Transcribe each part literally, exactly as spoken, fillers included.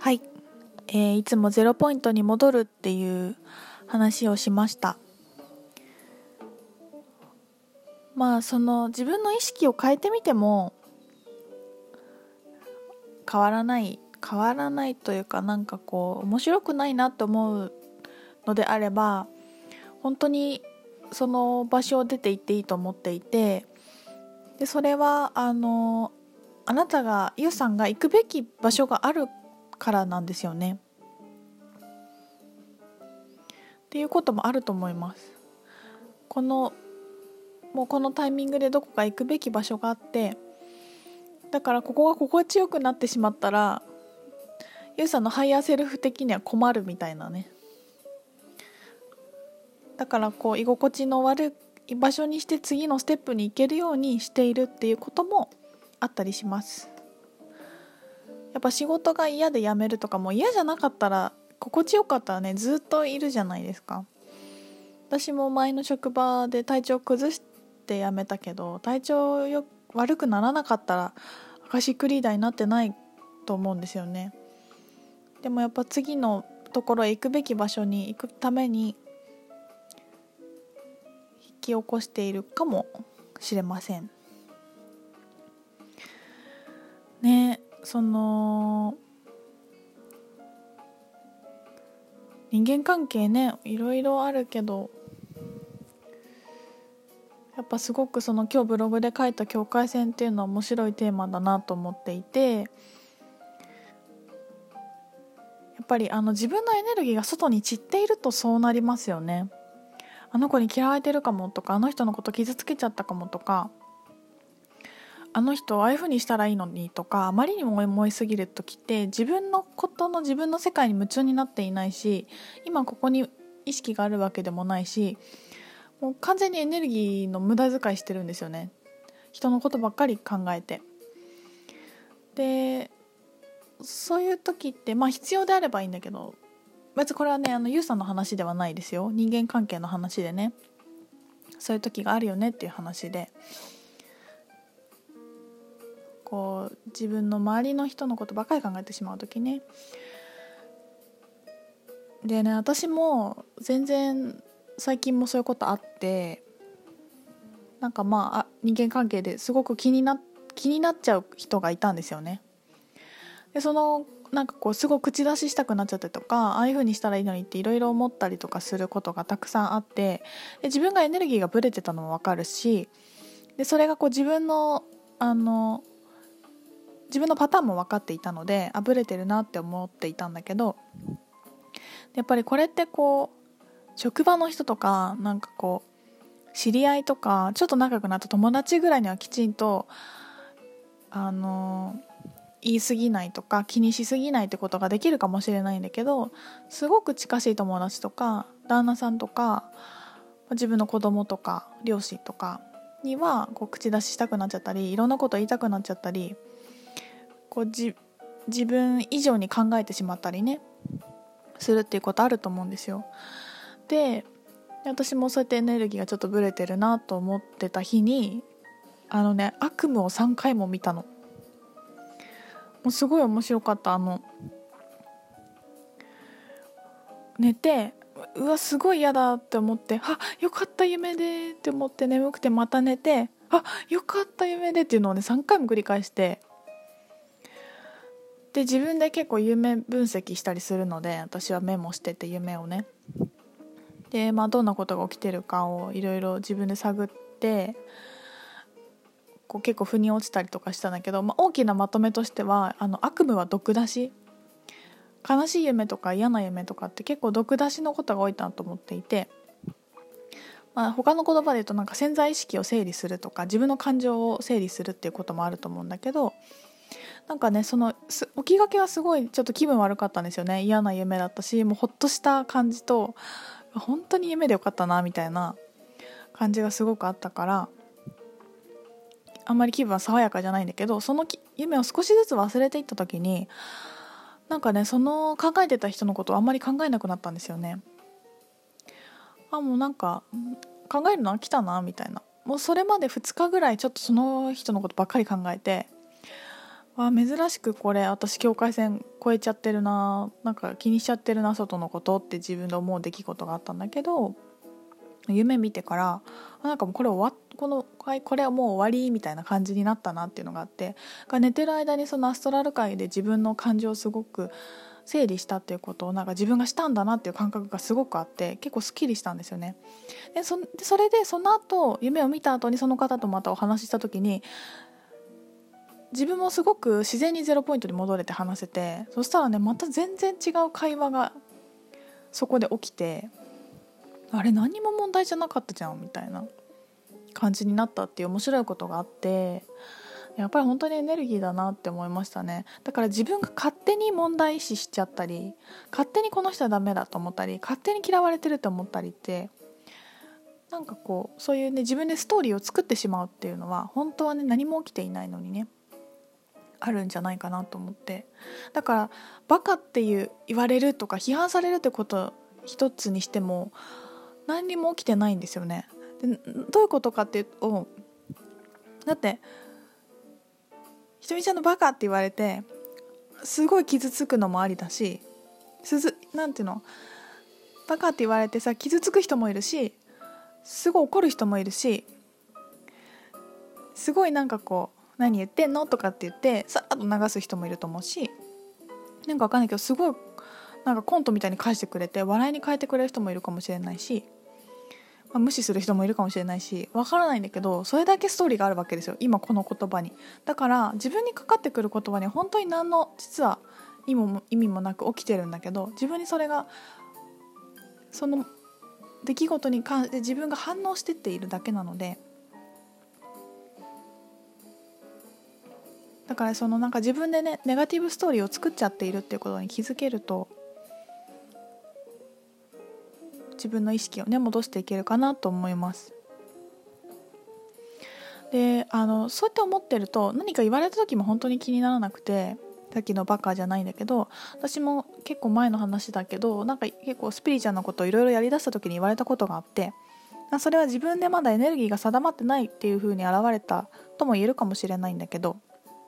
はい、えーいつもゼロポイントに戻るっていう話をしました。まあその自分の意識を変えてみても変わらない変わらないというか、なんかこう面白くないなと思うのであれば、本当にその場所を出て行っていいと思っていて、でそれはあのあなたがゆうさんが行くべき場所があるからなんですよねっていうこともあると思います。このもうこのタイミングでどこか行くべき場所があって、だからここが心地よくなってしまったらゆうさんのハイヤーセルフ的には困るみたいなね。だからこう居心地の悪い場所にして次のステップに行けるようにしているっていうこともあったりします。やっぱ仕事が嫌で辞めるとか、も嫌じゃなかったら心地よかったらねずっといるじゃないですか。私も前の職場で体調崩して辞めたけど、体調よ悪くならなかったらアカシックリーダーになってないと思うんですよね。でもやっぱ次のところへ行くべき場所に行くために引き起こしているかもしれませんね。その人間関係ね、いろいろあるけど、やっぱすごくその今日ブログで書いた境界線っていうのは面白いテーマだなと思っていて、やっぱりあの自分のエネルギーが外に散っているとそうなりますよね。あの子に嫌われてるかもとか、あの人のこと傷つけちゃったかもとか、あの人をああいう風にしたらいいのにとか、あまりにも思いすぎる時って自分のことの自分の世界に夢中になっていないし、今ここに意識があるわけでもないし、もう完全にエネルギーの無駄遣いしてるんですよね。人のことばっかり考えて。でそういう時ってまあ必要であればいいんだけど、別にこれはねあのゆうさんの話ではないですよ。人間関係の話でね、そういう時があるよねっていう話で、こう自分の周りの人のことばかり考えてしまう時ね。でね、私も全然最近もそういうことあって、なんかまあ、あ人間関係ですごく気にな気になっちゃう人がいたんですよね。でそのなんかこうすごく口出ししたくなっちゃったりとか、ああいう風にしたらいいのにっていろいろ思ったりとかすることがたくさんあって、で自分がエネルギーがブレてたのも分かるし、でそれがこう自分のあの自分のパターンも分かっていたので、あブレてるなって思っていたんだけど、やっぱりこれってこう職場の人とか、なんかこう知り合いとかちょっと仲良くなった友達ぐらいにはきちんとあの言い過ぎないとか気にしすぎないってことができるかもしれないんだけど、すごく近しい友達とか旦那さんとか自分の子供とか両親とかにはこう口出ししたくなっちゃったり、いろんなこと言いたくなっちゃったり、こうじ自分以上に考えてしまったりねするっていうことあると思うんですよ。で私もそうやってエネルギーがちょっとブレてるなと思ってた日に、あのね悪夢をさんかいも見たの。もうすごい面白かった。あの寝て、うわすごい嫌だって思って、あよかった夢でって思って眠くてまた寝て、あよかった夢でっていうのをねさんかいも繰り返して、で自分で結構夢分析したりするので、私はメモしてて夢をね、で、まあ、どんなことが起きてるかをいろいろ自分で探って、こう結構腑に落ちたりとかしたんだけど、まあ、大きなまとめとしては、あの悪夢は毒出し、悲しい夢とか嫌な夢とかって結構毒出しのことが多いなと思っていて、まあ、他の言葉で言うとなんか潜在意識を整理するとか自分の感情を整理するっていうこともあると思うんだけど、なんかねその起きがけはすごいちょっと気分悪かったんですよね。嫌な夢だったし、もうほっとした感じと、本当に夢でよかったなみたいな感じがすごくあったから、あんまり気分は爽やかじゃないんだけど、その夢を少しずつ忘れていった時に、なんかねその考えてた人のことをあんまり考えなくなったんですよね。あもうなんか考えるの飽きたなみたいな。もうそれまでふつかぐらいちょっとその人のことばっかり考えて、 わ珍しくこれ私境界線越えちゃってるな、なんか気にしちゃってるな外のことって自分で思う出来事があったんだけど、夢見てからなんかもうこれ終わっこのこれはもう終わりみたいな感じになったなっていうのがあって、寝てる間にそのアストラル界で自分の感情をすごく整理したっていうことをなんか自分がしたんだなっていう感覚がすごくあって、結構すっきりしたんですよね。で そ, でそれでその後夢を見た後にその方とまたお話しした時に、自分もすごく自然にゼロポイントに戻れて話せて、そしたらねまた全然違う会話がそこで起きて、あれ何も問題じゃなかったじゃんみたいな感じになったっていう面白いことがあって、やっぱり本当にエネルギーだなって思いましたね。だから自分が勝手に問題視しちゃったり、勝手にこの人はダメだと思ったり、勝手に嫌われてると思ったりって、なんかこうそういうね自分でストーリーを作ってしまうっていうのは本当はね何も起きていないのにねあるんじゃないかなと思って、だからバカっていう言われるとか批判されるってこと一つにしても何にも起きてないんですよね。でどういうことかっていうと、だってひとみちゃんのバカって言われてすごい傷つくのもありだし、すずなんていうのバカって言われてさ傷つく人もいるし、すごい怒る人もいるし、すごいなんかこう何言ってんのとかって言ってさっと流す人もいると思うし、なんか分かんないけどすごいなんかコントみたいに返してくれて笑いに変えてくれる人もいるかもしれないし、まあ、無視する人もいるかもしれないし、分からないんだけど、それだけストーリーがあるわけですよ今この言葉に。だから自分にかかってくる言葉に本当に何の実は意味も意味もなく起きてるんだけど、自分にそれがその出来事に関して自分が反応してっているだけなので、だからそのなんか自分でねネガティブストーリーを作っちゃっているっていうことに気づけると、自分の意識をね戻していけるかなと思います。であのそうやって思ってると何か言われた時も本当に気にならなくて、さっきのバカじゃないんだけど、私も結構前の話だけどなんか結構スピリチュアルなことをいろいろやりだした時に言われたことがあって、それは自分でまだエネルギーが定まってないっていう風に現れたとも言えるかもしれないんだけど、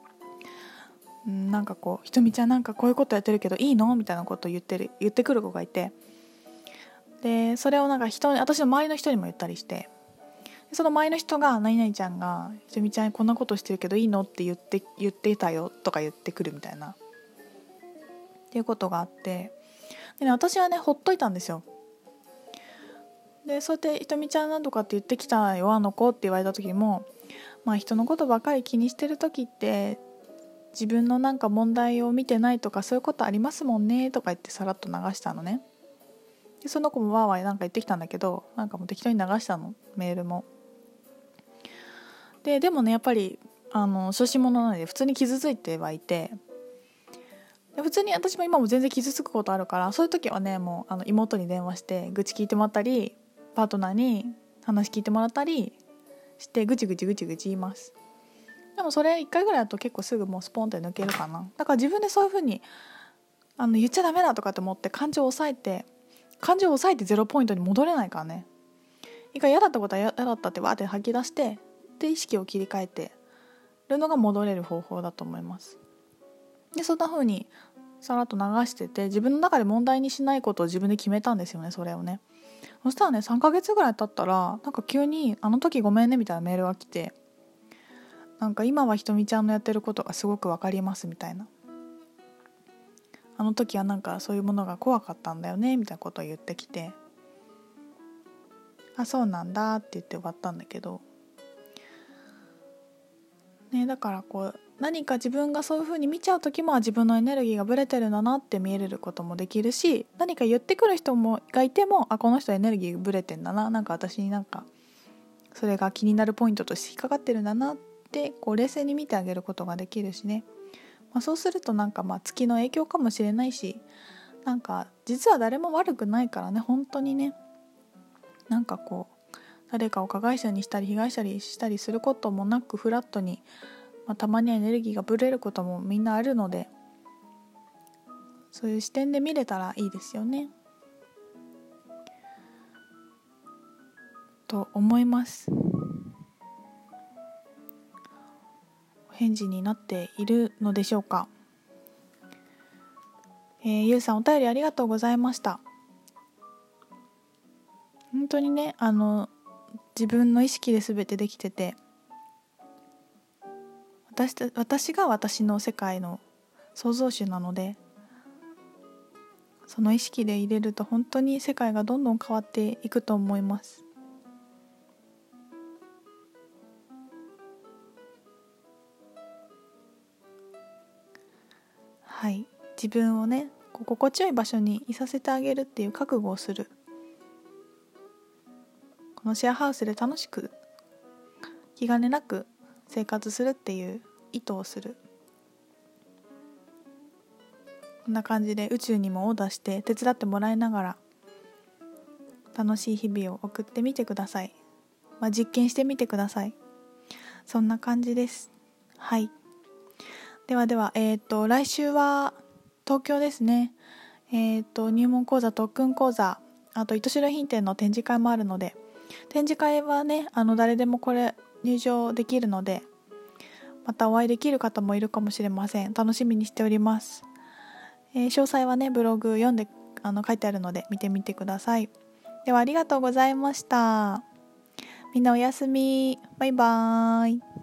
なんかこうひとみちゃんなんかこういうことやってるけどいいのみたいなことを言ってる言ってくる子がいて、でそれをなんか人に私の周りの人にも言ったりして、その周りの人が何々ちゃんがひとみちゃんこんなことしてるけどいいのって言って言ってたよとか言ってくるみたいなっていうことがあって、で、ね、私はねほっといたんですよ。でそうやってひとみちゃんなんとかって言ってきたよあの子って言われた時も、まあ人のことばかり気にしてる時って自分のなんか問題を見てないとかそういうことありますもんねとか言ってさらっと流したのね。でその子もわーわーなんか言ってきたんだけど、なんかもう適当に流したのメールも。ででもねやっぱりあの小心者なので普通に傷ついてはいて、で普通に私も今も全然傷つくことあるから、そういう時はねもうあの妹に電話して愚痴聞いてもらったり、パートナーに話聞いてもらったりしてぐちぐちぐちぐち言います。でもそれいっかいぐらいだと結構すぐもうスポンって抜けるかな。だから自分でそういう風にあの言っちゃダメだとかって思って感情を抑えて感情を抑えてゼロポイントに戻れないからね。一回嫌だったことは嫌だったってわーって吐き出してで意識を切り替えてるのが戻れる方法だと思います。でそんな風にさらっと流してて自分の中で問題にしないことを自分で決めたんですよね。それをねそしたらねさんかげつぐらい経ったらなんか急にあの時ごめんねみたいなメールが来て、なんか今はひとみちゃんのやってることがすごくわかりますみたいな、あの時はなんかそういうものが怖かったんだよねみたいなことを言ってきて、あそうなんだって言って終わったんだけどね。だからこう何か自分がそういう風に見ちゃう時も自分のエネルギーがブレてるんだなって見えることもできるし、何か言ってくる人もがいてもあこの人エネルギーブレてんだな、なんか私になんかそれが気になるポイントとして引っかかってるんだなってこう冷静に見てあげることができるしね、まあ、そうするとなんかまあ月の影響かもしれないし、なんか実は誰も悪くないからね本当にね、なんかこう誰かを加害者にしたり被害者にしたりすることもなくフラットに、まあ、たまにはエネルギーがブレることもみんなあるので、そういう視点で見れたらいいですよねと思います。 返事になっているのでしょうか。えー、ゆうさんお便りありがとうございました。本当にね、あの自分の意識で全てできてて、私た私が私の世界の創造主なので、その意識で入れると本当に世界がどんどん変わっていくと思います。はい、自分をね、心地よい場所にいさせてあげるっていう覚悟をする。このシェアハウスで楽しく気兼ねなく生活するっていう意図をする。こんな感じで宇宙にもオーダーして手伝ってもらいながら楽しい日々を送ってみてください。まあ、実験してみてください。そんな感じです。はい。ではでは、えっと来週は東京ですね。えっと入門講座、特訓講座、あと糸代品店の展示会もあるので、展示会はね、あの誰でもこれ入場できるので、またお会いできる方もいるかもしれません。楽しみにしております。えー、詳細はねブログ読んであの書いてあるので見てみてください。ではありがとうございました。みんなおやすみ。バイバーイ。